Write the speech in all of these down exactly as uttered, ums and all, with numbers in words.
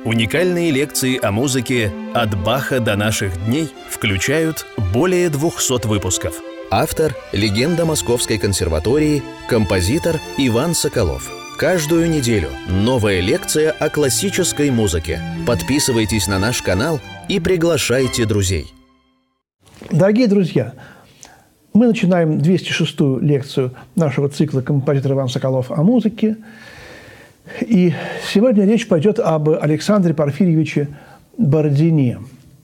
Уникальные лекции о музыке «От Баха до наших дней» включают более двухсот выпусков. Автор – легенда Московской консерватории, композитор Иван Соколов. Каждую неделю новая лекция о классической музыке. Подписывайтесь на наш канал и приглашайте друзей. Дорогие друзья, мы начинаем двести шестую лекцию нашего цикла «Композитор Иван Соколов о музыке». И сегодня речь пойдет об Александре Порфирьевиче Бородине.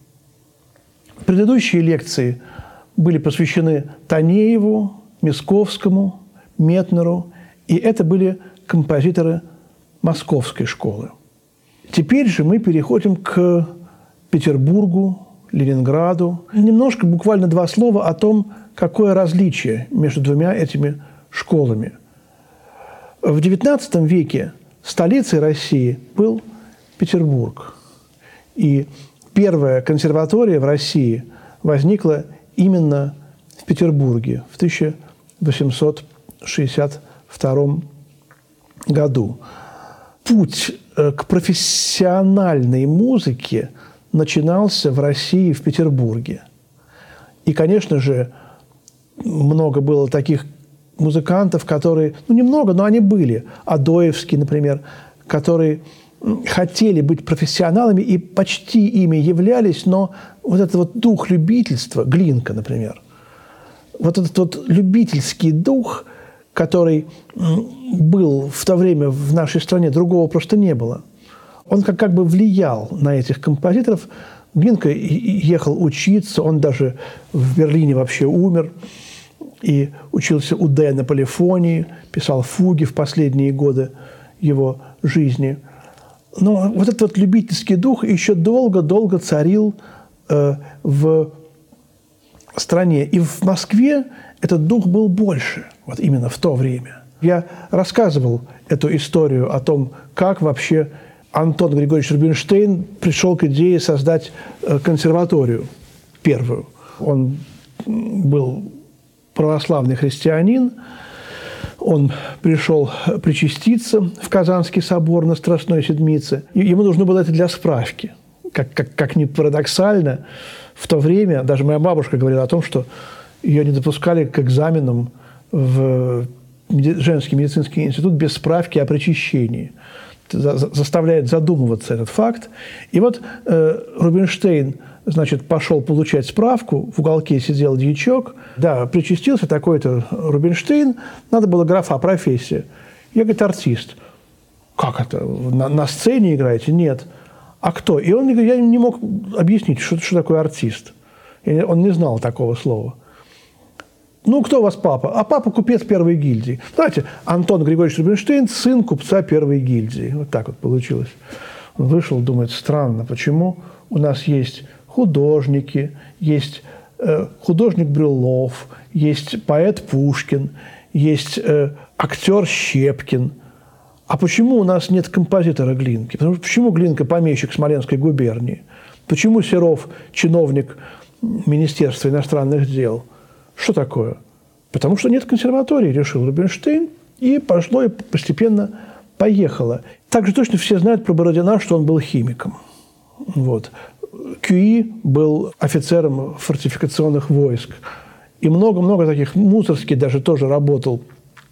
Предыдущие лекции были посвящены Танееву, Мясковскому, Метнеру, и это были композиторы московской школы. Теперь же мы переходим к Петербургу, Ленинграду. Немножко, буквально два слова о том, какое различие между двумя этими школами. В девятнадцатом веке столицей России был Петербург. И первая консерватория в России возникла именно в Петербурге в тысяча восемьсот шестьдесят втором году. Путь к профессиональной музыке начинался в России, в Петербурге. И, конечно же, много было таких музыкантов, которые, ну, немного, но они были, Адоевский, например, которые хотели быть профессионалами и почти ими являлись, но вот этот вот дух любительства, Глинка, например, вот этот вот любительский дух, который был в то время в нашей стране, другого просто не было. Он как, как бы влиял на этих композиторов. Глинка ехал учиться, он даже в Берлине вообще умер, и учился у Д на полифонии, писал фуги в последние годы его жизни. Но вот этот вот любительский дух еще долго-долго царил э, в стране. И в Москве этот дух был больше, вот именно в то время. Я рассказывал эту историю о том, как вообще Антон Григорьевич Рубинштейн пришел к идее создать консерваторию первую. Он был православный христианин, он пришел причаститься в Казанский собор на Страстной Седмице. И ему нужно было это для справки. Как, как, как ни парадоксально, в то время даже моя бабушка говорила о том, что ее не допускали к экзаменам в женский медицинский институт без справки о причащении. Это заставляет задумываться этот факт. И вот э, Рубинштейн, значит, пошел получать справку, в уголке сидел дьячок, да, причастился такой-то Рубинштейн, надо было графа профессия. Я, говорит, артист. Как это? На, на сцене играете? Нет. А кто? И он, я не мог объяснить, что, что такое артист. И он не знал такого слова. Ну, кто у вас папа? А папа купец первой гильдии. Знаете, Антон Григорьевич Рубинштейн – сын купца первой гильдии. Вот так вот получилось. Он вышел, думает, странно, почему у нас есть художники, есть э, художник Брюллов, есть поэт Пушкин, есть э, актер Щепкин. А почему у нас нет композитора Глинки? Потому что почему Глинка помещик Смоленской губернии? Почему Серов чиновник Министерства иностранных дел? Что такое? Потому что нет консерватории, решил Рубинштейн, и пошло, и постепенно поехало. Также точно все знают про Бородина, что он был химиком. Вот. Кюи был офицером фортификационных войск. И много-много таких, Мусорский даже тоже работал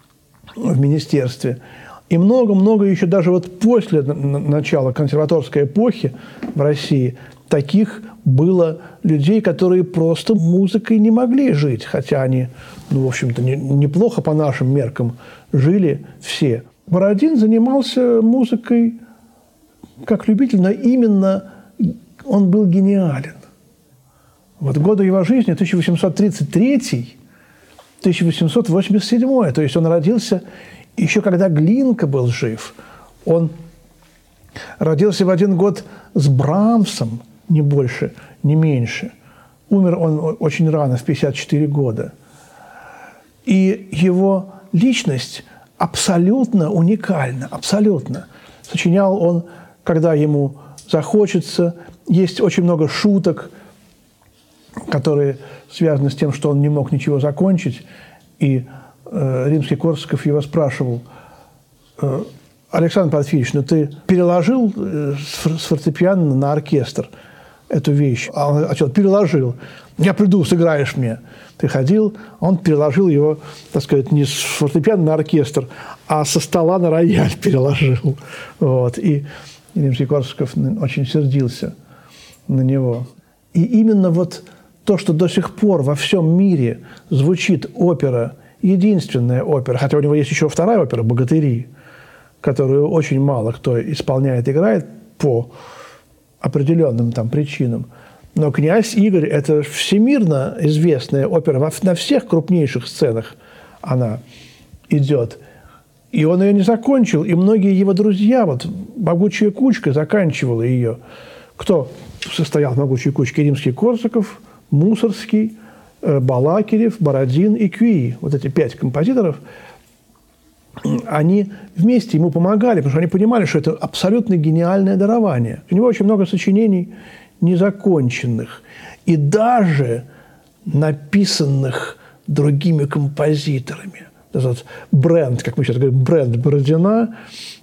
в министерстве. И много-много еще даже вот после начала консерваторской эпохи в России таких было людей, которые просто музыкой не могли жить, хотя они, ну, в общем-то, не, неплохо по нашим меркам жили все. Бородин занимался музыкой как любитель, но именно он был гениален. Вот годы его жизни тысяча восемьсот тридцать третий — тысяча восемьсот восемьдесят седьмой, то есть он родился еще когда Глинка был жив. Он родился в один год с Брамсом, не больше, не меньше. Умер он очень рано, в пятьдесят четыре года. И его личность абсолютно уникальна, абсолютно. Сочинял он, когда ему захочется. Есть очень много шуток, которые связаны с тем, что он не мог ничего закончить. И э, Римский-Корсаков его спрашивал, э, Александр Порфирьевич, ну ты переложил с фортепиано на оркестр эту вещь? А он отвечал: переложил. Я приду, сыграешь мне. Ты ходил, он переложил его, так сказать, не с фортепиано на оркестр, а со стола на рояль переложил. Вот. И Римский-Корсаков очень сердился на него. И именно вот то, что до сих пор во всем мире звучит опера, единственная опера, хотя у него есть еще вторая опера «Богатыри», которую очень мало кто исполняет, играет по определенным там причинам. Но «Князь Игорь» – это всемирно известная опера. На всех крупнейших сценах она идет. И он ее не закончил. И многие его друзья, вот «Могучая кучка» заканчивала ее. Кто состоял в «Могучей кучке»? Римский-Корсаков, Мусоргский, Балакирев, Бородин и Кюи. Вот эти пять композиторов, они вместе ему помогали, потому что они понимали, что это абсолютно гениальное дарование. У него очень много сочинений незаконченных и даже написанных другими композиторами. Этот бренд, как мы сейчас говорим, бренд Бородина.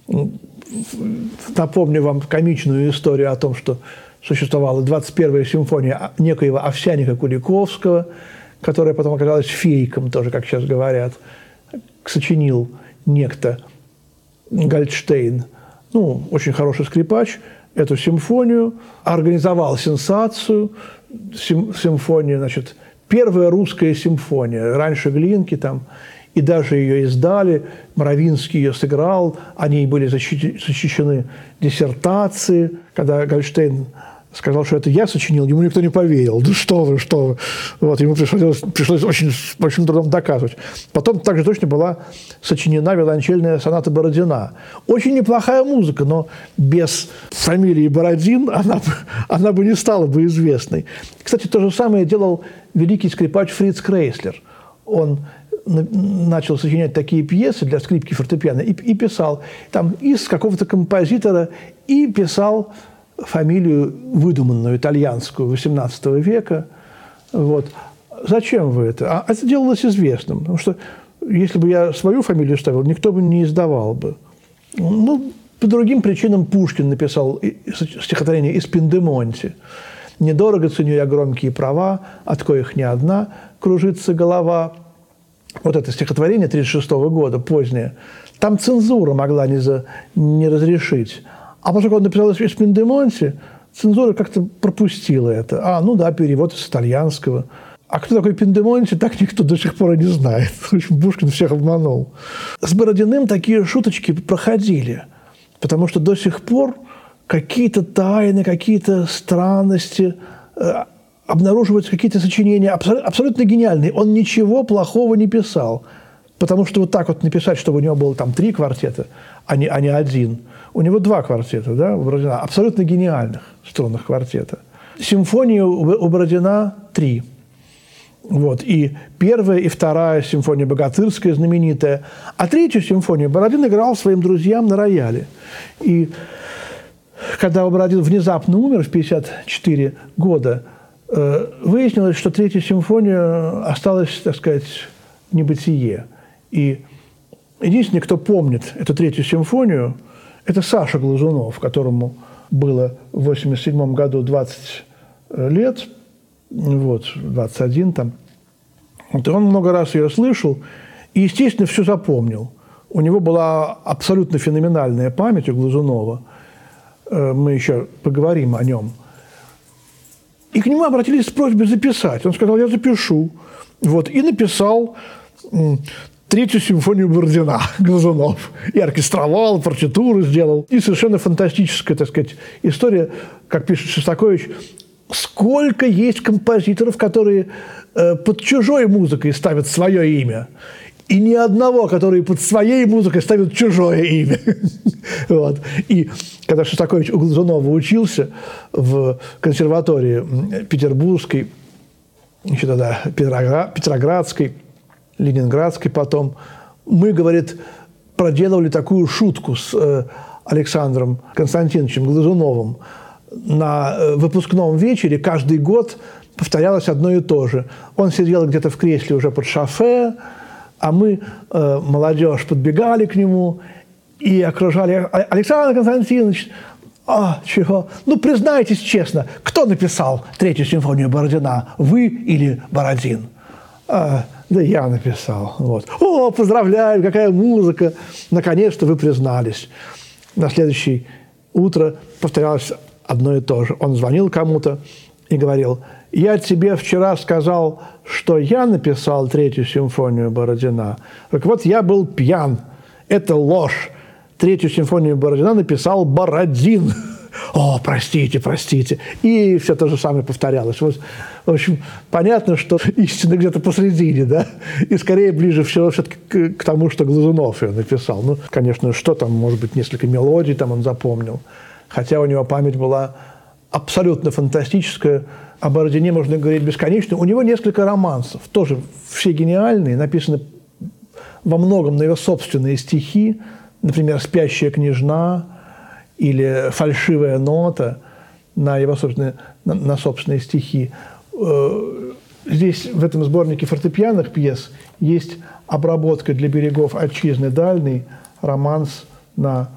Напомню вам комичную историю о том, что существовала двадцать первая симфония некоего Овсянника Куликовского, которая потом оказалась фейком, тоже, как сейчас говорят. Сочинил некто Гольдштейн, ну, очень хороший скрипач, эту симфонию, организовал сенсацию, сим, симфония, значит, первая русская симфония, раньше Глинки там, и даже ее издали, Моровинский ее сыграл, о ней были защищены диссертации, когда Гольдштейн сказал, что это я сочинил, ему никто не поверил. Да что вы, что вы. Вот, ему пришлось, пришлось очень с большим трудом доказывать. Потом также точно была сочинена виолончельная соната Бородина. Очень неплохая музыка, но без фамилии Бородин она, она бы не стала бы известной. Кстати, то же самое делал великий скрипач Фриц Крейслер. Он начал сочинять такие пьесы для скрипки и фортепиано и, и писал там из какого-то композитора, и писал фамилию выдуманную, итальянскую, восемнадцатого века. Вот. Зачем вы это? А это делалось известным. Потому что если бы я свою фамилию ставил, никто бы не издавал бы. Ну, по другим причинам Пушкин написал стихотворение «Из Пиндемонти». «Недорого ценю я громкие права, от коих не одна кружится голова». Вот это стихотворение тридцать шестого года, позднее. Там цензура могла не, за, не разрешить. А поскольку он написал из Пиндемонти, цензура как-то пропустила это. А, ну да, перевод из итальянского. А кто такой Пиндемонти, так никто до сих пор и не знает. В общем, Пушкин всех обманул. С Бородиным такие шуточки проходили, потому что до сих пор какие-то тайны, какие-то странности, э, обнаруживаются какие-то сочинения абсолютно, абсолютно гениальные. Он ничего плохого не писал, потому что вот так вот написать, чтобы у него было там три квартета, а не, а не один. У него два квартета, да, у Бородина, абсолютно гениальных струнных квартета. Симфонии у Бородина три. Вот. И первая, и вторая симфония богатырская, знаменитая. А третью симфонию Бородин играл своим друзьям на рояле. И когда Бородин внезапно умер в пятьдесят четыре года, выяснилось, что третья симфония осталась, так сказать, в небытие. И единственный, кто помнит эту третью симфонию, это Саша Глазунов, которому было в восемьдесят седьмом году двадцать лет, вот, двадцать один там. Вот, и он много раз ее слышал и, естественно, все запомнил. У него была абсолютно феноменальная память у Глазунова. Мы еще поговорим о нем. И к нему обратились с просьбой записать. Он сказал, я запишу. Вот, и написал третью симфонию Бородина, Глазунов. И оркестровал, партитуру сделал. И совершенно фантастическая, так сказать, история, как пишет Шостакович, сколько есть композиторов, которые э, под чужой музыкой ставят свое имя. И ни одного, который под своей музыкой ставит чужое имя. Вот. И когда Шостакович у Глазунова учился в консерватории петербургской, еще тогда Петроградской, Ленинградской потом, мы, говорит, проделывали такую шутку с Александром Константиновичем Глазуновым. На выпускном вечере каждый год повторялось одно и то же. Он сидел где-то в кресле уже под шофе, а мы, молодежь, подбегали к нему и окружали. Александр Константинович, а, чего? Ну, признайтесь честно, кто написал Третью симфонию Бородина, вы или Бородин? А, да я написал. Вот. О, поздравляю, какая музыка! Наконец-то вы признались. На следующее утро повторялось одно и то же. Он звонил кому-то и говорил: я тебе вчера сказал, что я написал Третью симфонию Бородина. Так вот, я был пьян. Это ложь. Третью симфонию Бородина написал Бородин. О, простите, простите. И все то же самое повторялось. Вот, в общем, понятно, что истина где-то посредине, да? И скорее ближе всего все-таки к, к тому, что Глазунов ее написал. Ну, конечно, что там, может быть, несколько мелодий там он запомнил. Хотя у него память была абсолютно фантастическая. О Бородине можно говорить бесконечно. У него несколько романсов, тоже все гениальные, написаны во многом на его собственные стихи. Например, «Спящая княжна» или «Фальшивая нота» на его собственные, на, на собственные стихи. Здесь, в этом сборнике фортепианных пьес, есть обработка для берегов отчизны дальней, романс на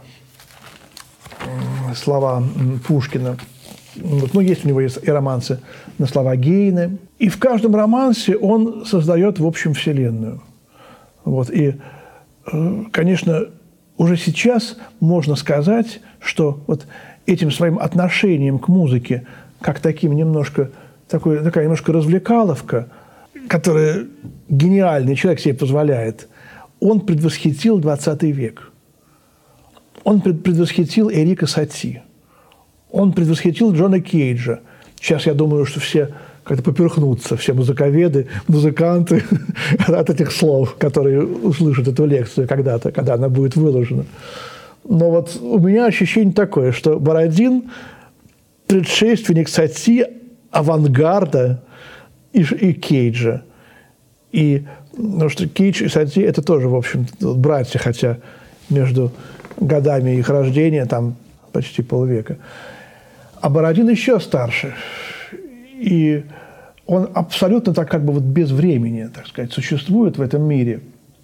слова Пушкина. Вот. Ну, есть у него и романсы на слова Гейне. И в каждом романсе он создает, в общем, вселенную. Вот. И, конечно, уже сейчас можно сказать, что вот этим своим отношением к музыке, как таким немножко, такой, такая немножко развлекаловка, которая гениальный человек себе позволяет, он предвосхитил двадцатый век. Он предвосхитил Эрика Сати. Он предвосхитил Джона Кейджа. Сейчас я думаю, что все как-то поперхнутся, все музыковеды, музыканты от этих слов, которые услышат эту лекцию когда-то, когда она будет выложена. Но вот у меня ощущение такое, что Бородин – предшественник Сати, авангарда и, и Кейджа. И, потому что Кейдж и Сати – это тоже, в общем, братья, хотя между годами их рождения там почти полвека. А Бородин еще старше. И он абсолютно так как бы вот без времени, так сказать, существует в этом мире.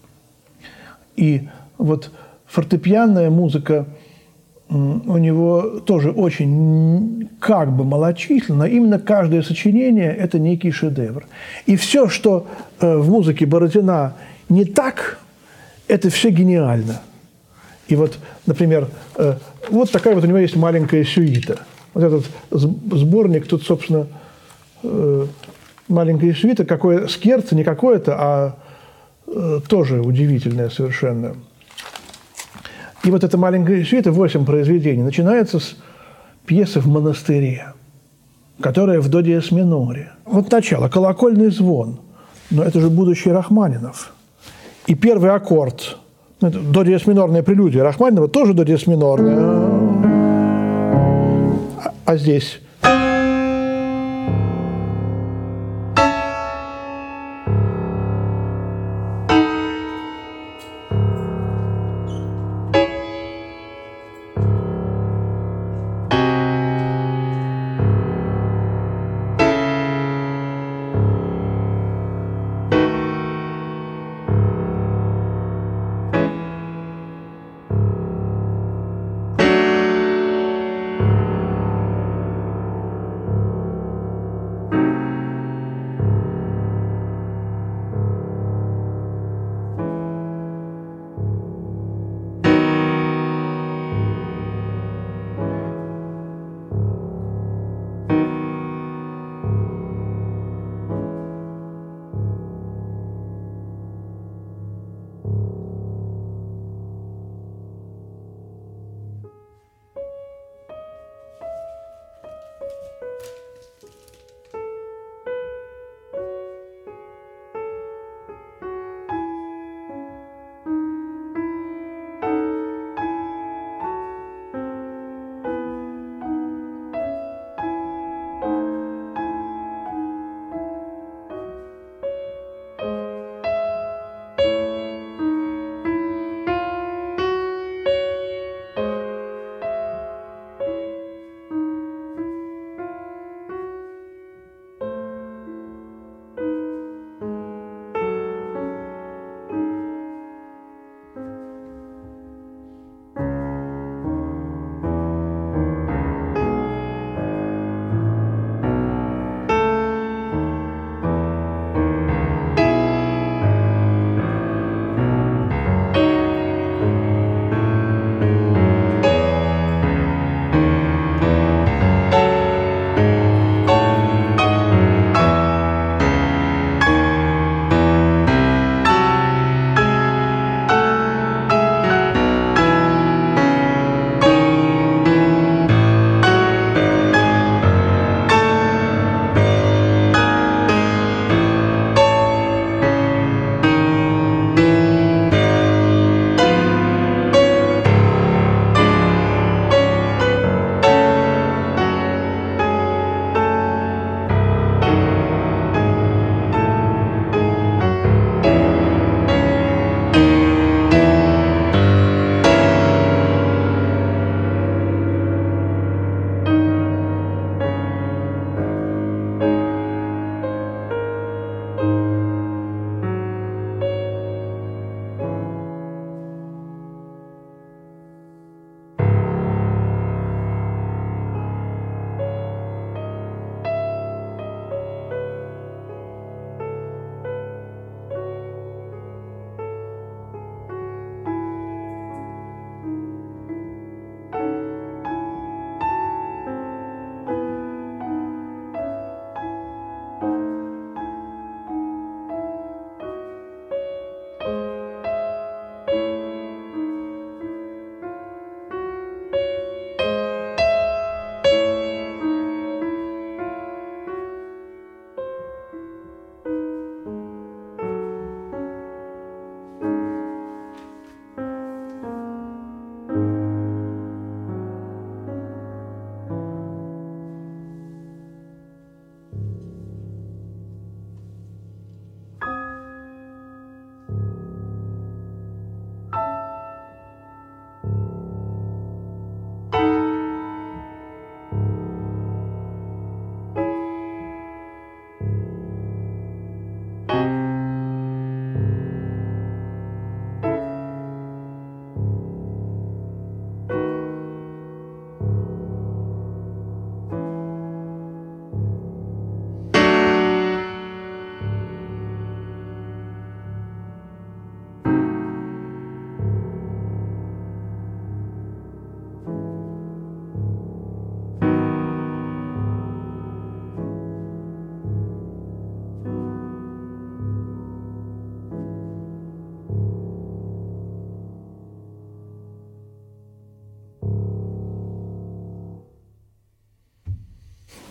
И вот фортепианная музыка у него тоже очень как бы малочисленна. Именно каждое сочинение – это некий шедевр. И все, что в музыке Бородина не так, это все гениально. И вот, например, вот такая вот у него есть маленькая сюита. Вот этот сборник, тут, собственно, маленькая сюита, какое скерцо, не какое-то, а тоже удивительное совершенно. И вот эта маленькая сюита, восемь произведений, начинается с пьесы «В монастыре», которая в до диез миноре. Вот начало, колокольный звон, но это же будущий Рахманинов. И первый аккорд, до диез минорная прелюдия Рахманинова, тоже до диез минорная. А здесь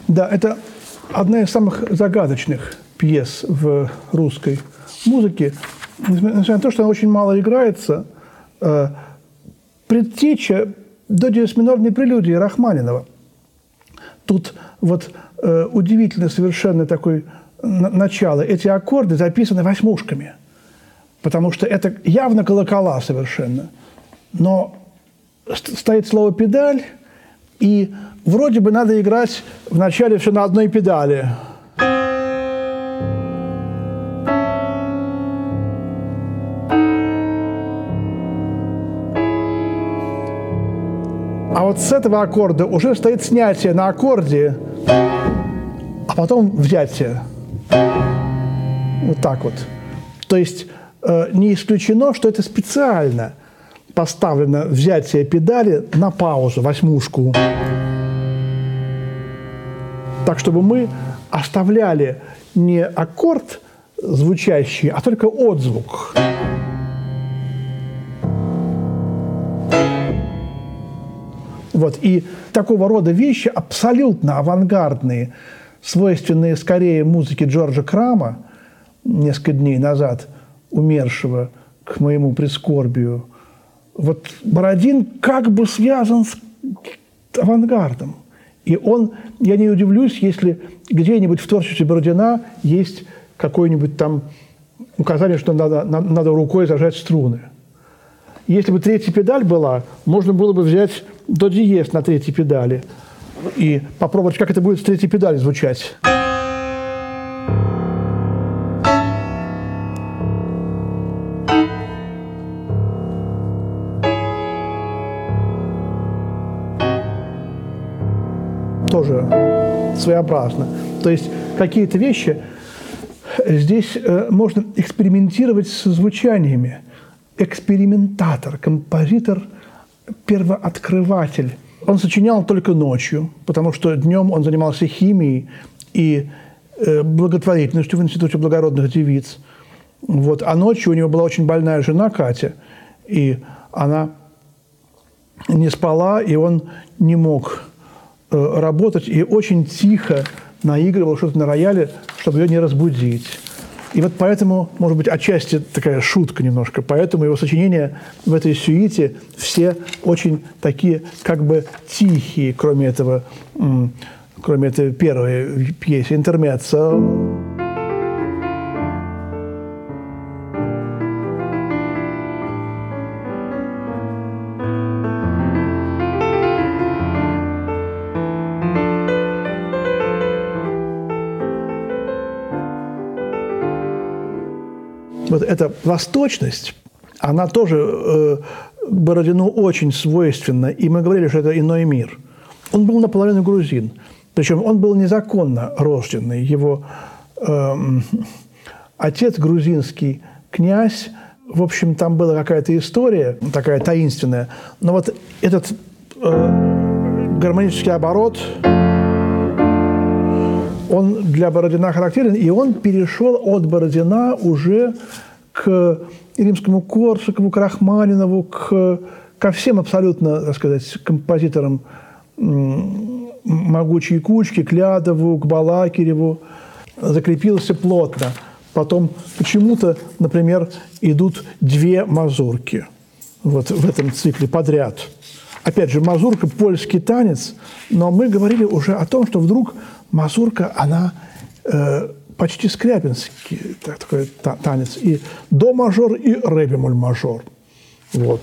Да, это одна из самых загадочных пьес в русской музыке. Несмотря на то, что она очень мало играется, э, предтеча до диез-минорной прелюдии Рахманинова. Тут вот э, удивительно совершенно такое начало. Эти аккорды записаны восьмушками, потому что это явно колокола совершенно. Но стоит слово «педаль», и вроде бы надо играть вначале все на одной педали. А вот с этого аккорда уже стоит снятие на аккорде, а потом взятие. Вот так вот. То есть э, не исключено, что это специально поставлено взятие педали на паузу, восьмушку. Так, чтобы мы оставляли не аккорд звучащий, а только отзвук. Вот. И такого рода вещи абсолютно авангардные, свойственные скорее музыке Джорджа Крама, несколько дней назад умершего, к моему прискорбию. Вот Бородин как бы связан с авангардом. И он, я не удивлюсь, если где-нибудь в творчестве Бородина есть какое-нибудь там указание, что надо, надо рукой зажать струны. Если бы третья педаль была, можно было бы взять до диез на третьей педали и попробовать, как это будет с третьей педали звучать. Тоже своеобразно. То есть какие-то вещи здесь э, можно экспериментировать со звучаниями. Экспериментатор, композитор, первооткрыватель. Он сочинял только ночью, потому что днем он занимался химией и э, благотворительностью в Институте благородных девиц. Вот. А ночью у него была очень больная жена Катя, и она не спала, и он не мог э, работать, и очень тихо наигрывал что-то на рояле, чтобы ее не разбудить. И вот поэтому, может быть, отчасти такая шутка немножко, поэтому его сочинения в этой сюите все очень такие как бы тихие, кроме этого, кроме этой первой пьесы «Интермеццо». Вот эта восточность, она тоже э, Бородину очень свойственна. И мы говорили, что это иной мир. Он был наполовину грузин. Причем он был незаконно рожденный. Его э, отец грузинский князь. В общем, там была какая-то история, такая таинственная. Но вот этот э, гармонический оборот, он для Бородина характерен, и он перешел от Бородина уже к Римскому-Корсакову, к Рахманинову, к, ко всем абсолютно, так сказать, композиторам «Могучей кучки», к Лядову, к Балакиреву, закрепился плотно. Потом почему-то, например, идут две мазурки вот в этом цикле подряд. Опять же, мазурка – польский танец, но мы говорили уже о том, что вдруг мазурка, она э, почти скрябинский так, такой та, танец. И до-мажор, и ре-бемоль-мажор. Вот.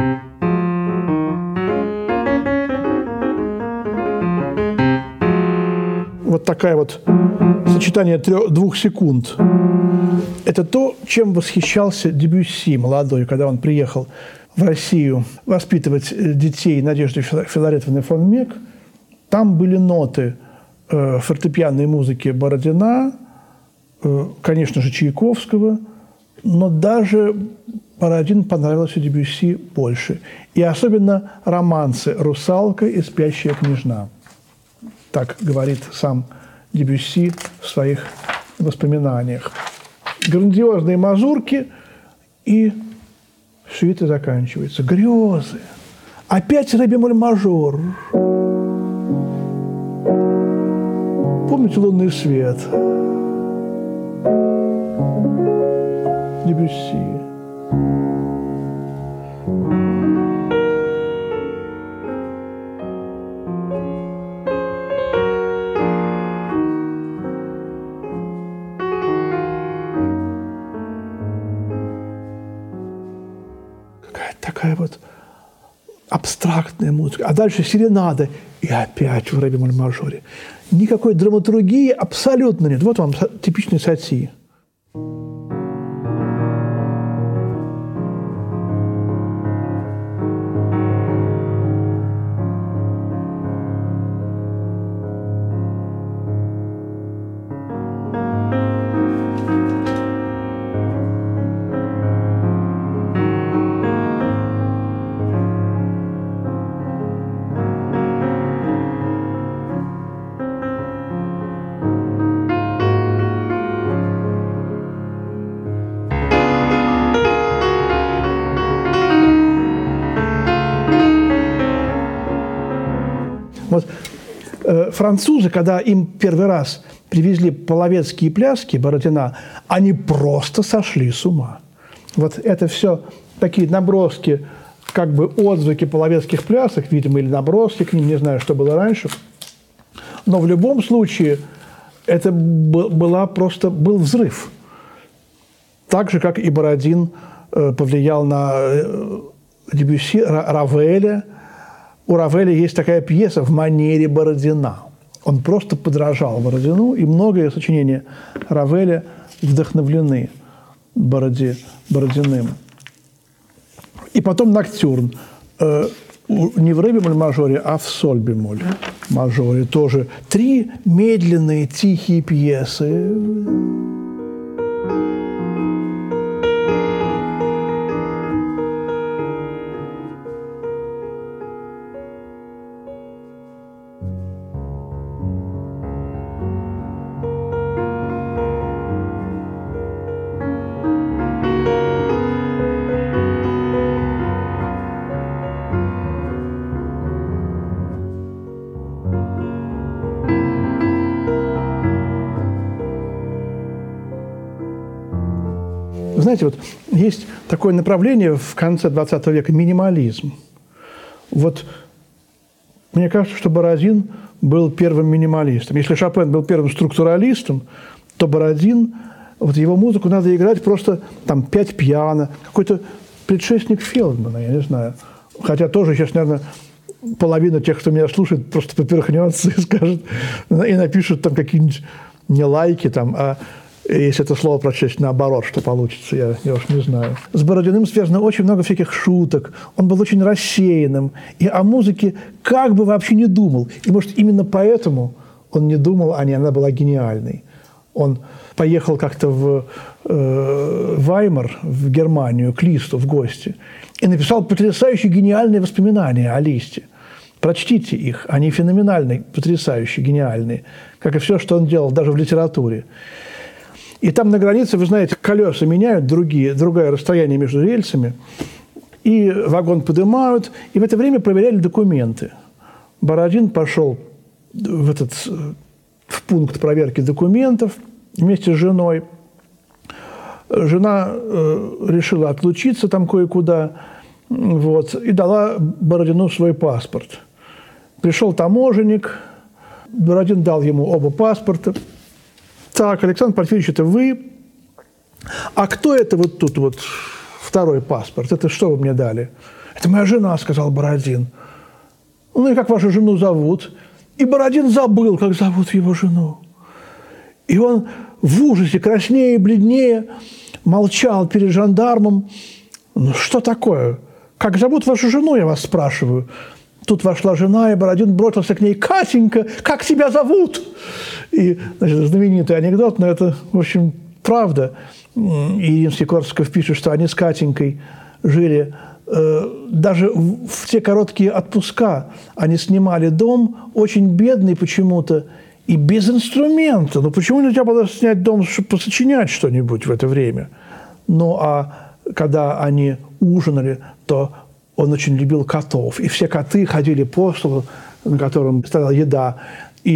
Вот такая вот сочетание трех, двух секунд. Это то, чем восхищался Дебюсси молодой, когда он приехал в Россию воспитывать детей Надежды Филаретовны фон Мек. Там были ноты э, фортепианной музыки Бородина, э, конечно же, Чайковского, но даже Бородин понравился Дебюсси больше. И особенно романсы «Русалка» и «Спящая княжна». Так говорит сам Дебюсси в своих воспоминаниях. Грандиозные мазурки, и сюита заканчивается. Грезы. Опять ре-бемоль-мажор. Помните «Лунный свет»? Дебюсси. Какая-то такая вот абстрактная музыка. А дальше серенада. И опять в ре бемоль мажоре. Никакой драматургии абсолютно нет. Вот вам типичный Сати. Вот э, французы, когда им первый раз привезли половецкие пляски Бородина, они просто сошли с ума. Вот это все такие наброски, как бы отзвуки половецких плясок, видимо, или наброски к ним, не знаю, что было раньше. Но в любом случае это была просто, был взрыв. Так же, как и Бородин э, повлиял на э, Дебюсси, Равеля. У Равеля есть такая пьеса «В манере Бородина». Он просто подражал Бородину, и многие сочинения Равеля вдохновлены Бороди, Бородиным. И потом «Ноктюрн». Э, не в ре бемоль мажоре, а в соль бемоль мажоре. Тоже три медленные, тихие пьесы. Знаете, вот есть такое направление в конце двадцатого века – минимализм. Вот мне кажется, что Бородин был первым минималистом. Если Шопен был первым структуралистом, то Бородин, вот его музыку надо играть просто там пять пиано, какой-то предшественник Фелдмана, я не знаю. Хотя тоже сейчас, наверное, половина тех, кто меня слушает, просто поперхнется и скажет, и напишут там какие-нибудь не лайки, там, а если это слово прочесть наоборот, что получится, я, я уж не знаю. С Бородиным связано очень много всяких шуток. Он был очень рассеянным. И о музыке как бы вообще не думал. И, может, именно поэтому он не думал о ней, она была гениальной. Он поехал как-то в э, Ваймар, в Германию, к Листу в гости, и написал потрясающие гениальные воспоминания о Листе. Прочтите их, они феноменальные, потрясающие, гениальные, как и все, что он делал, даже в литературе. И там на границе, вы знаете, колеса меняют, другие, другое расстояние между рельсами, и вагон поднимают, и в это время проверяли документы. Бородин пошел в, этот, в пункт проверки документов вместе с женой. Жена э, решила отлучиться там кое-куда, вот, и дала Бородину свой паспорт. Пришел таможенник, Бородин дал ему оба паспорта. Так, Александр Порфирьевич, это вы. А кто это вот тут вот второй паспорт? Это что вы мне дали? Это моя жена, сказал Бородин. Ну и как вашу жену зовут? И Бородин забыл, как зовут его жену. И он в ужасе, краснее и бледнее, молчал перед жандармом. Ну что такое? Как зовут вашу жену, я вас спрашиваю? Тут вошла жена, и Бородин бросился к ней. «Катенька, как тебя зовут?» И, значит, знаменитый анекдот, но это, в общем, правда. И Римский-Корсаков пишет, что они с Катенькой жили э, даже в, в те короткие отпуска. Они снимали дом, очень бедный почему-то, и без инструмента. Ну, почему нельзя было снять дом, чтобы посочинять что-нибудь в это время? Ну, а когда они ужинали, то он очень любил котов. И все коты ходили по столу, на котором стояла еда, и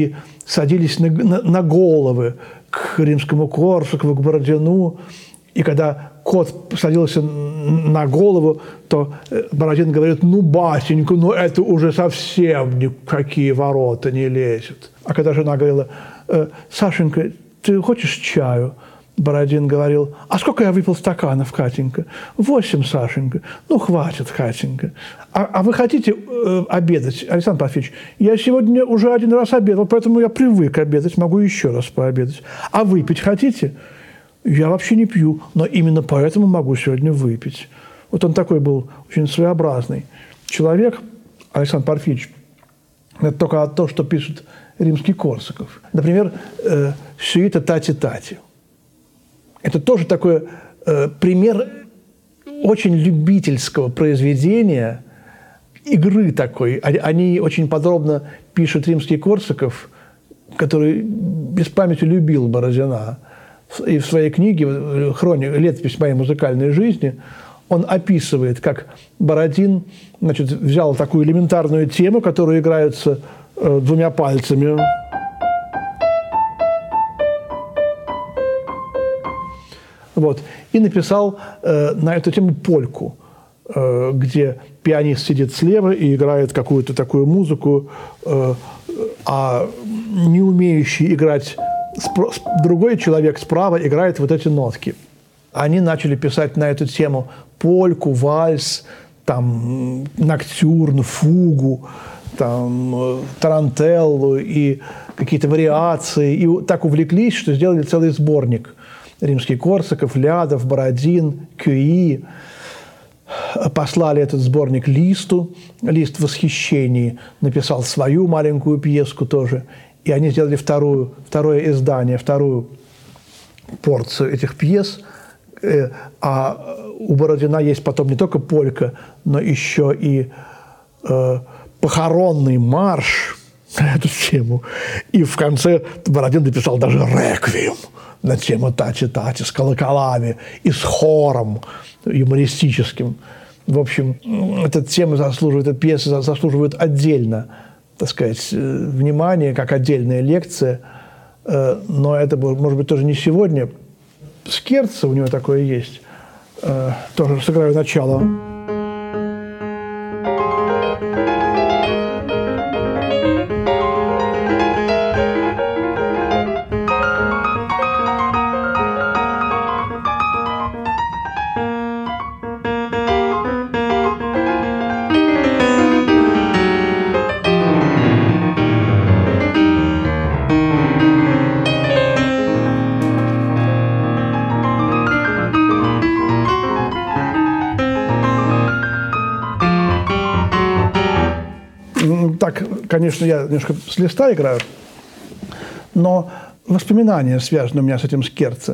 садились на, на, на головы к римскому Корсакову, к Бородину. И когда кот садился на голову, то Бородин говорит: ну, батенька, ну это уже совсем никакие ворота не лезет. А когда жена говорила: Сашенька, ты хочешь чаю? Бородин говорил: а сколько я выпил стаканов, Катенька? Восемь, Сашенька. Ну, хватит, Катенька. А, а вы хотите э, обедать, Александр Павлович? Я сегодня уже один раз обедал, поэтому я привык обедать, могу еще раз пообедать. А выпить хотите? Я вообще не пью, но именно поэтому могу сегодня выпить. Вот он такой был очень своеобразный человек, Александр Порфирьевич. Это только то, что пишет римский Корсаков. Например, э, сюита «Тати-тати». Это тоже такой э, пример очень любительского произведения, игры такой. Они очень подробно пишет римский Корсаков, который без памяти любил Бородина. И в своей книге «Хроник, летопись моей музыкальной жизни» он описывает, как Бородин, значит, взял такую элементарную тему, которая играется э, двумя пальцами. Вот, и написал э, на эту тему польку, э, где пианист сидит слева и играет какую-то такую музыку, э, а не умеющий играть другой человек справа играет вот эти нотки. Они начали писать на эту тему польку, вальс, там, ноктюрн, фугу, там, тарантеллу и какие-то вариации. И так увлеклись, что сделали целый сборник. Римский Корсаков, Лядов, Бородин, Кюи. Послали этот сборник Листу. Лист в восхищении написал свою маленькую пьеску тоже. И они сделали вторую, второе издание, вторую порцию этих пьес. А у Бородина есть потом не только полька, но еще и э, похоронный марш на эту тему. И в конце Бородин написал даже реквием на тему «Тати-тати» с колоколами и с хором юмористическим. В общем, эта тема заслуживает, эта пьеса заслуживает отдельно, так сказать, внимание, как отдельная лекция, но это, может быть, тоже не сегодня. Скерцо у него такое есть, тоже сыграю начало. Так, конечно, я немножко с листа играю, но воспоминания связаны у меня с этим Скерцо.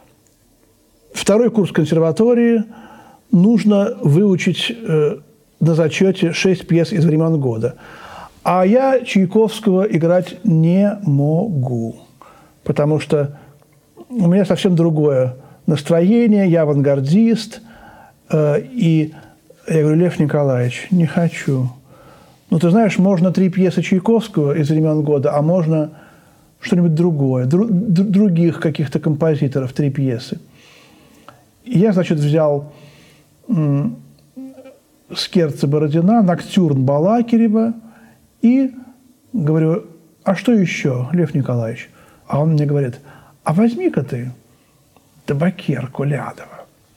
Второй курс консерватории нужно выучить э, на зачете шесть пьес из времен года. А я Чайковского играть не могу, потому что у меня совсем другое настроение, я авангардист, э, и я говорю: Лев Николаевич, не хочу. Ну, ты знаешь, можно три пьесы Чайковского из времен года, а можно что-нибудь другое, дру- других каких-то композиторов, три пьесы. И я, значит, взял м- Скерцо Бородина, ноктюрн Балакирева и говорю: а что еще, Лев Николаевич? А он мне говорит: а возьми-ка ты табакерку Лядова.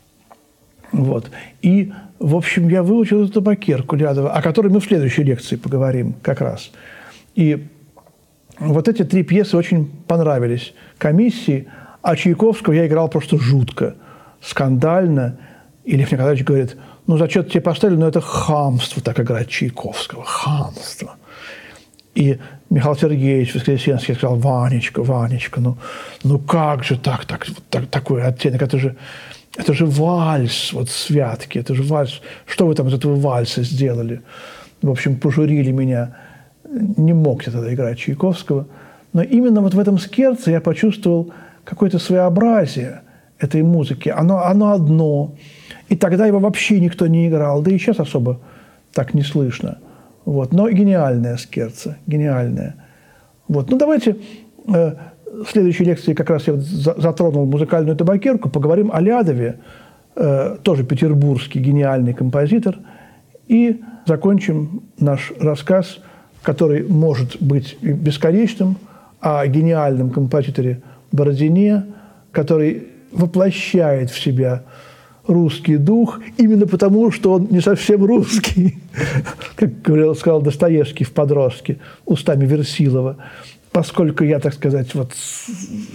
Вот. И, в общем, я выучил эту табакерку Лядова, о которой мы в следующей лекции поговорим как раз. И вот эти три пьесы очень понравились комиссии, а Чайковского я играл просто жутко, скандально. И Лев Николаевич говорит: ну, зачет тебе поставили, но это хамство так играть Чайковского, хамство. И Михаил Сергеевич Воскресенский сказал: Ванечка, Ванечка, ну, ну как же так, так, так, такой оттенок, это же... Это же вальс, вот святки, это же вальс. Что вы там из этого вальса сделали? В общем, пожурили меня. Не мог я тогда играть Чайковского. Но именно вот в этом Скерцо я почувствовал какое-то своеобразие этой музыки. Оно, оно одно. И тогда его вообще никто не играл. Да и сейчас особо так не слышно. Вот. Но гениальное Скерцо, гениальное. Вот. Ну, давайте э, в следующей лекции как раз я вот затронул музыкальную табакерку, поговорим о Лядове, э, тоже петербургский гениальный композитор, и закончим наш рассказ, который может быть бесконечным, о гениальном композиторе Бородине, который воплощает в себя русский дух именно потому, что он не совсем русский, как говорил, сказал Достоевский в «Подростке» устами Версилова, поскольку я, так сказать, вот с,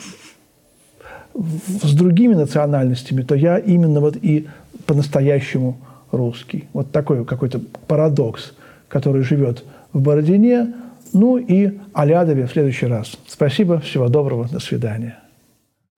с другими национальностями, то я именно вот и по-настоящему русский. Вот такой какой-то парадокс, который живет в Бородине. Ну и о Лядове в следующий раз. Спасибо, всего доброго, до свидания.